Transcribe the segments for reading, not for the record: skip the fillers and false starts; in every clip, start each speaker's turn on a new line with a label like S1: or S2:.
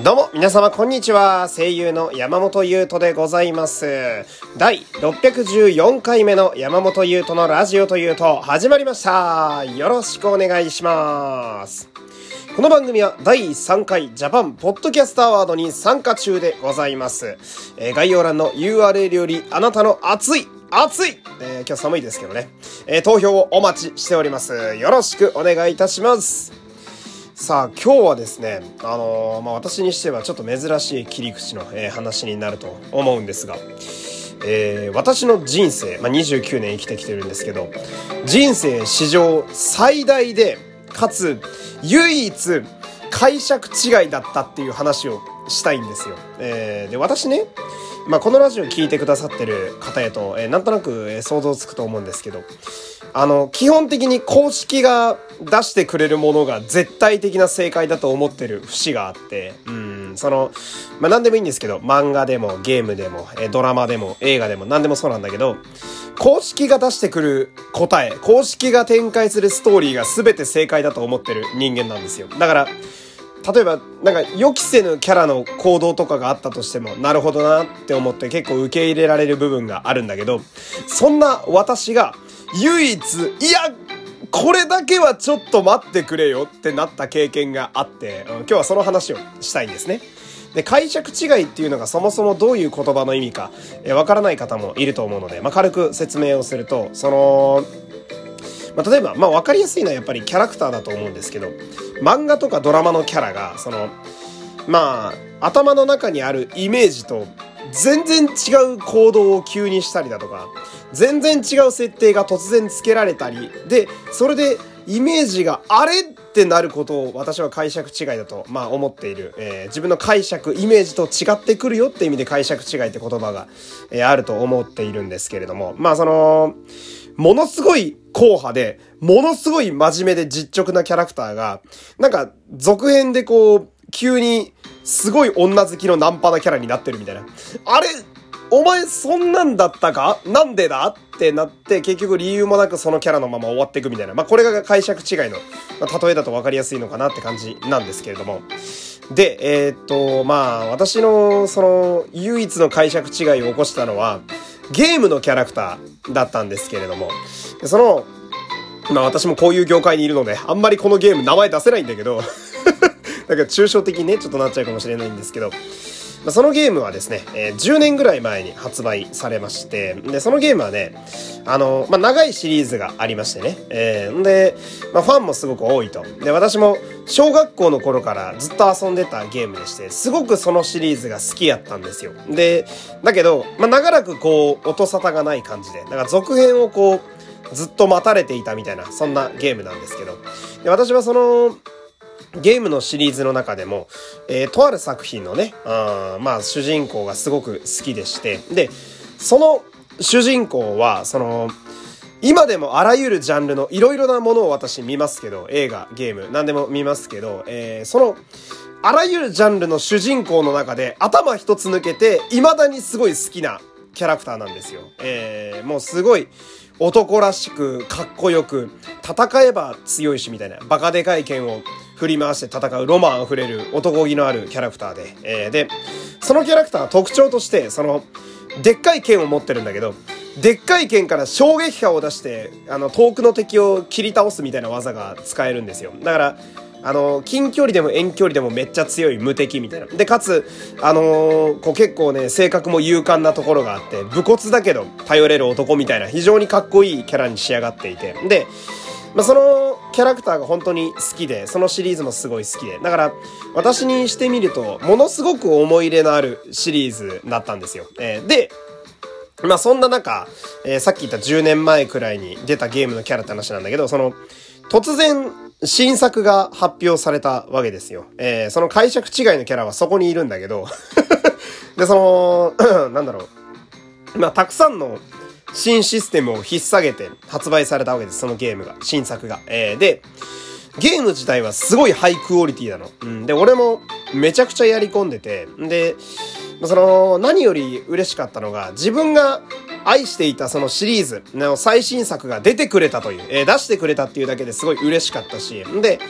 S1: どうも皆様こんにちは。声優の山本優斗でございます。第614回目の山本優斗のラジオというと始まりました。よろしくお願いします。この番組は第3回ジャパンポッドキャストアワードに参加中でございます。概要欄の URL よりあなたの熱い今日寒いですけどね、投票をお待ちしております。よろしくお願いいたします。さあ今日はですね、私にしてはちょっと珍しい切り口の、話になると思うんですが、私の人生、29年生きてきてるんですけど、人生史上最大でかつ唯一解釈違いだったっていう話をしたいんですよ。で私ね、このラジオ聞いてくださってる方へと、なんとなく、想像つくと思うんですけど、基本的に公式が出してくれるものが絶対的な正解だと思ってる節があって、何でもいいんですけど、漫画でもゲームでも、ドラマでも映画でも何でもそうなんだけど、公式が出してくる答え、公式が展開するストーリーが全て正解だと思ってる人間なんですよ。だから例えば予期せぬキャラの行動とかがあったとしても、なるほどなって思って結構受け入れられる部分があるんだけど、そんな私が唯一、これだけはちょっと待ってくれよってなった経験があって、今日はその話をしたいんですね。で、解釈違いっていうのがそもそもどういう言葉の意味かわからない方もいると思うので、軽く説明をすると、例えば、わかりやすいのはやっぱりキャラクターだと思うんですけど、漫画とかドラマのキャラが、頭の中にあるイメージと全然違う行動を急にしたりだとか、全然違う設定が突然つけられたり、で、それでイメージがあれってなることを私は解釈違いだと、思っている。自分の解釈、イメージと違ってくるよって意味で解釈違いって言葉が、あると思っているんですけれども、ものすごい硬派で、ものすごい真面目で実直なキャラクターが、続編で急にすごい女好きのナンパなキャラになってるみたいな。あれお前そんなんだったかなんでだってなって、結局理由もなくそのキャラのまま終わっていくみたいな。これが解釈違いの、例えだと分かりやすいのかなって感じなんですけれども。で、私のその唯一の解釈違いを起こしたのは、ゲームのキャラクターだったんですけれども、私もこういう業界にいるので、あんまりこのゲーム名前出せないんだけど、だから抽象的にね、ちょっとなっちゃうかもしれないんですけど、そのゲームはですね、10年ぐらい前に発売されまして、で、そのゲームはね、長いシリーズがありましてね、で、ファンもすごく多いと。で、私も小学校の頃からずっと遊んでたゲームでして、すごくそのシリーズが好きやったんですよ。で、だけど、長らく音沙汰がない感じで、続編をずっと待たれていたみたいな、そんなゲームなんですけど、で、私はその、ゲームのシリーズの中でも、とある作品のね、主人公がすごく好きでして、で、その主人公は、今でもあらゆるジャンルのいろいろなものを私見ますけど、映画、ゲーム、何でも見ますけど、その、あらゆるジャンルの主人公の中で頭一つ抜けて、未だにすごい好きなキャラクターなんですよ。もうすごい、男らしくかっこよく戦えば強いしみたいなバカでかい剣を振り回して戦うロマンあふれる男気のあるキャラクターで、でそのキャラクターは特徴としてでっかい剣を持ってるんだけど、でっかい剣から衝撃波を出して遠くの敵を切り倒すみたいな技が使えるんですよ。だから近距離でも遠距離でもめっちゃ強い無敵みたいな。で、かつ、結構ね、性格も勇敢なところがあって、武骨だけど頼れる男みたいな、非常にかっこいいキャラに仕上がっていて。で、そのキャラクターが本当に好きで、そのシリーズもすごい好きで。だから、私にしてみると、ものすごく思い入れのあるシリーズだったんですよ。で、そんな中、さっき言った10年前くらいに出たゲームのキャラって話なんだけど、突然、新作が発表されたわけですよ。その解釈違いのキャラはそこにいるんだけど、で、たくさんの新システムを引っ提げて発売されたわけです、そのゲームが、新作が。で、ゲーム自体はすごいハイクオリティなの。で、俺もめちゃくちゃやり込んでて、で、何より嬉しかったのが、自分が愛していたそのシリーズの最新作が出てくれたという、出してくれたっていうだけですごい嬉しかったし、で、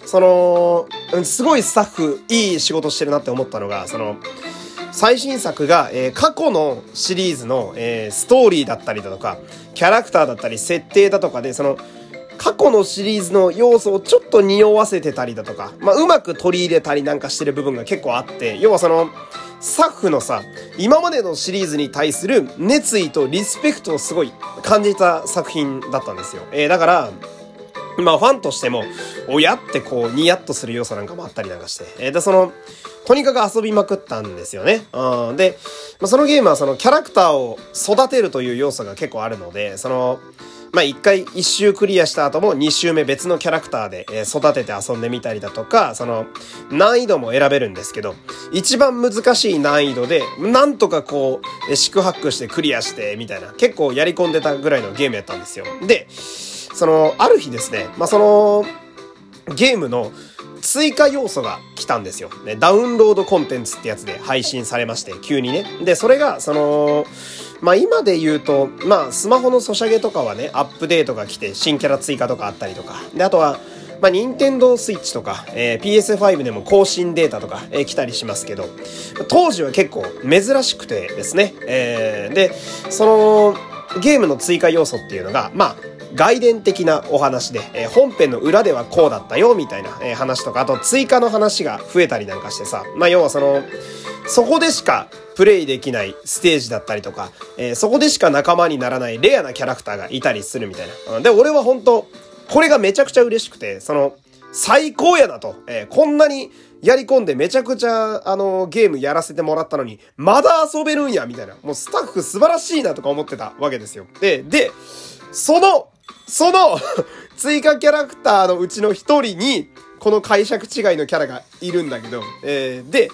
S1: すごいスタッフいい仕事してるなって思ったのが、最新作が、過去のシリーズの、ストーリーだったりだとか、キャラクターだったり、設定だとかで、過去のシリーズの要素をちょっと匂わせてたりだとか、うまく取り入れたりなんかしてる部分が結構あって、要はスタッフのさ、今までのシリーズに対する熱意とリスペクトをすごい感じた作品だったんですよ。だから、ファンとしても、おやってニヤッとする要素なんかもあったりなんかして。とにかく遊びまくったんですよね。で、そのゲームはキャラクターを育てるという要素が結構あるので、一周クリアした後も2周目別のキャラクターで育てて遊んでみたりだとか、難易度も選べるんですけど、一番難しい難易度で、なんとか四苦八苦してクリアして、みたいな、結構やり込んでたぐらいのゲームやったんですよ。で、ある日ですね、ゲームの追加要素が来たんですよ。ダウンロードコンテンツってやつで配信されまして、急にね。で、それが、今で言うと、スマホのソシャゲとかはね、アップデートが来て、新キャラ追加とかあったりとか。で、あとは、任天堂スイッチとか、PS5 でも更新データとか、来たりしますけど、当時は結構珍しくてですね。で、ゲームの追加要素っていうのが、外伝的なお話で、本編の裏ではこうだったよみたいな、話とか、あと追加の話が増えたりなんかしてさ、要はそこでしかプレイできないステージだったりとか、そこでしか仲間にならないレアなキャラクターがいたりするみたいな。で、俺は本当これがめちゃくちゃ嬉しくて、最高やなと、こんなにやり込んでめちゃくちゃゲームやらせてもらったのにまだ遊べるんやみたいな、もうスタッフ素晴らしいなとか思ってたわけですよ。でその追加キャラクターのうちの一人にこの解釈違いのキャラがいるんだけど、で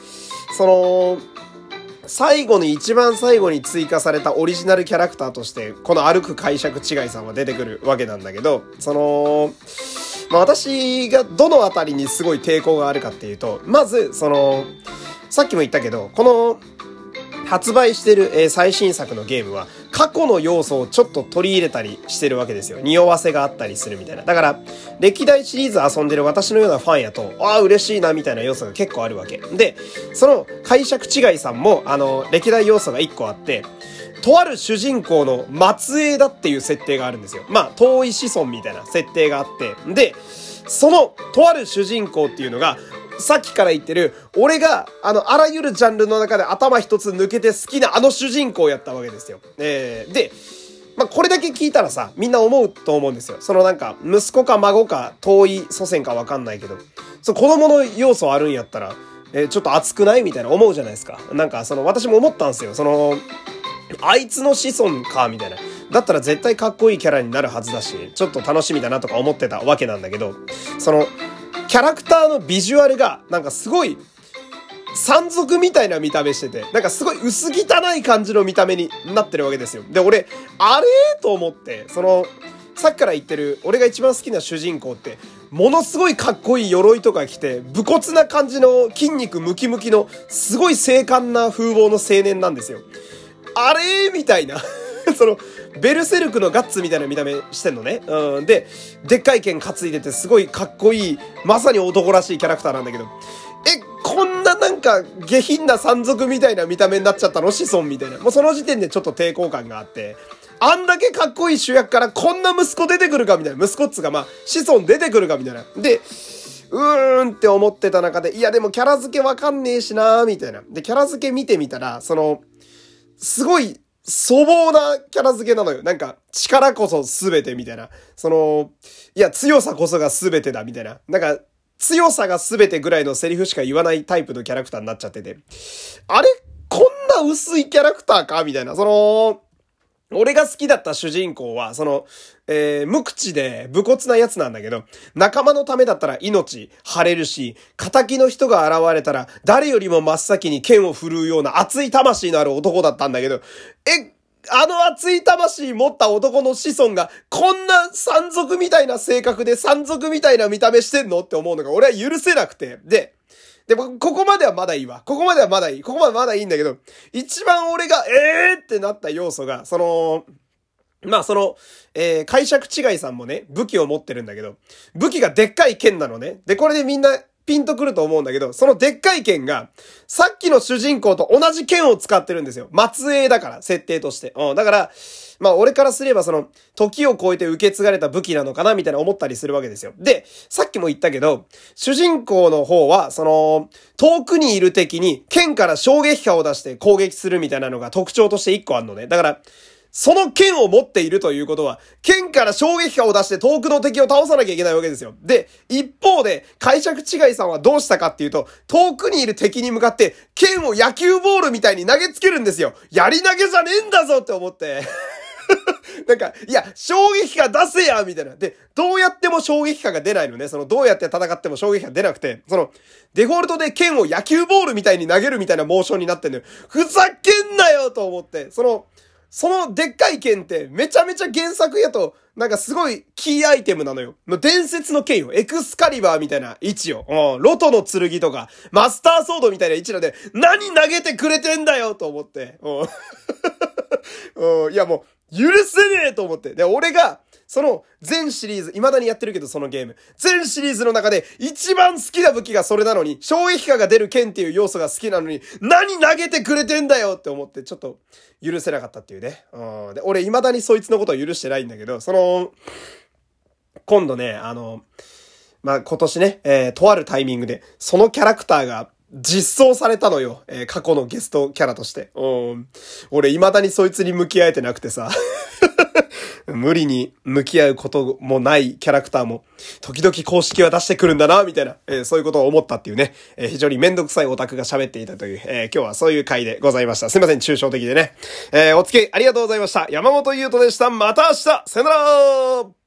S1: 一番最後に追加されたオリジナルキャラクターとしてこの歩く解釈違いさんは出てくるわけなんだけど、私がどのあたりにすごい抵抗があるかっていうと、まずさっきも言ったけど、この発売してる、最新作のゲームは過去の要素をちょっと取り入れたりしてるわけですよ。匂わせがあったりするみたいな。だから歴代シリーズ遊んでる私のようなファンやと、嬉しいなみたいな要素が結構あるわけで、その解釈違いさんも歴代要素が1個あって、とある主人公の末裔だっていう設定があるんですよ。遠い子孫みたいな設定があって、でそのとある主人公っていうのがさっきから言ってる、俺が、あらゆるジャンルの中で頭一つ抜けて好きな主人公やったわけですよ。で、これだけ聞いたらさ、みんな思うと思うんですよ。息子か孫か遠い祖先かわかんないけど、子供の要素あるんやったら、ちょっと熱くないみたいな思うじゃないですか。私も思ったんですよ。あいつの子孫か、みたいな。だったら絶対かっこいいキャラになるはずだし、ちょっと楽しみだなとか思ってたわけなんだけど、キャラクターのビジュアルが、すごい、山賊みたいな見た目してて、すごい薄汚い感じの見た目になってるわけですよ。で、俺、あれと思って、さっきから言ってる、俺が一番好きな主人公って、ものすごいかっこいい鎧とか着て、武骨な感じの筋肉ムキムキの、すごい精悍な風貌の青年なんですよ。あれみたいな。ベルセルクのガッツみたいな見た目してんのね。で、でっかい剣担いでてすごいかっこいい、まさに男らしいキャラクターなんだけど、こんな下品な山賊みたいな見た目になっちゃったの子孫みたいな。もうその時点でちょっと抵抗感があって、あんだけかっこいい主役からこんな息子出てくるかみたいな。息子っつうか子孫出てくるかみたいな。で、って思ってた中で、いやでもキャラ付けわかんねえしなーみたいな。で、キャラ付け見てみたら、すごい、粗暴なキャラ付けなのよ。力こそ全てみたいな。いや、強さこそが全てだみたいな。強さが全てぐらいのセリフしか言わないタイプのキャラクターになっちゃってて。あれこんな薄いキャラクターかみたいな。俺が好きだった主人公は、無口で武骨なやつなんだけど、仲間のためだったら命張れるし、仇の人が現れたら誰よりも真っ先に剣を振るうような熱い魂のある男だったんだけど、熱い魂持った男の子孫がこんな山賊みたいな性格で山賊みたいな見た目してんのって思うのが俺は許せなくて、で、ここまではまだいいわ。ここまではまだいい。ここまでまだいいんだけど、一番俺がってなった要素が、 まあ解釈違いさんもね、武器を持ってるんだけど、武器がでっかい剣なのね。で、これでみんなピンとくると思うんだけど、そのでっかい剣が、さっきの主人公と同じ剣を使ってるんですよ。末裔だから、設定として。だから、まあ俺からすれば時を超えて受け継がれた武器なのかなみたいな思ったりするわけですよ。で、さっきも言ったけど、主人公の方は、遠くにいる敵に剣から衝撃波を出して攻撃するみたいなのが特徴として一個あるのね。だから、その剣を持っているということは、剣から衝撃波を出して遠くの敵を倒さなきゃいけないわけですよ。で、一方で、解釈違いさんはどうしたかっていうと、遠くにいる敵に向かって、剣を野球ボールみたいに投げつけるんですよ。やり投げじゃねえんだぞって思って。なんか、いや、衝撃波出せやみたいな。で、どうやっても衝撃波が出ないのね。どうやって戦っても衝撃波出なくて、デフォルトで剣を野球ボールみたいに投げるみたいなモーションになってんのよ。ふざけんなよと思って、そのでっかい剣ってめちゃめちゃ原作やと、なんかすごいキーアイテムなのよ。伝説の剣よ。エクスカリバーみたいな位置よ。ロトの剣とか、マスターソードみたいな位置なんで、何投げてくれてんだよと思って。いやもう、許せねえと思って。で、俺が、全シリーズ、未だにやってるけどそのゲーム。全シリーズの中で一番好きな武器がそれなのに、衝撃波が出る剣っていう要素が好きなのに、何投げてくれてんだよって思って、ちょっと許せなかったっていうね。で、俺未だにそいつのことを許してないんだけど、今度ね、まあ、今年ね、とあるタイミングで、そのキャラクターが、実装されたのよ。過去のゲストキャラとして。俺未だにそいつに向き合えてなくてさ。無理に向き合うこともないキャラクターも、時々公式は出してくるんだな、みたいな、そういうことを思ったっていうね、非常にめんどくさいオタクが喋っていたという、今日はそういう回でございました。すいません、抽象的でね。お付き合いありがとうございました。山本優斗でした。また明日さよなら。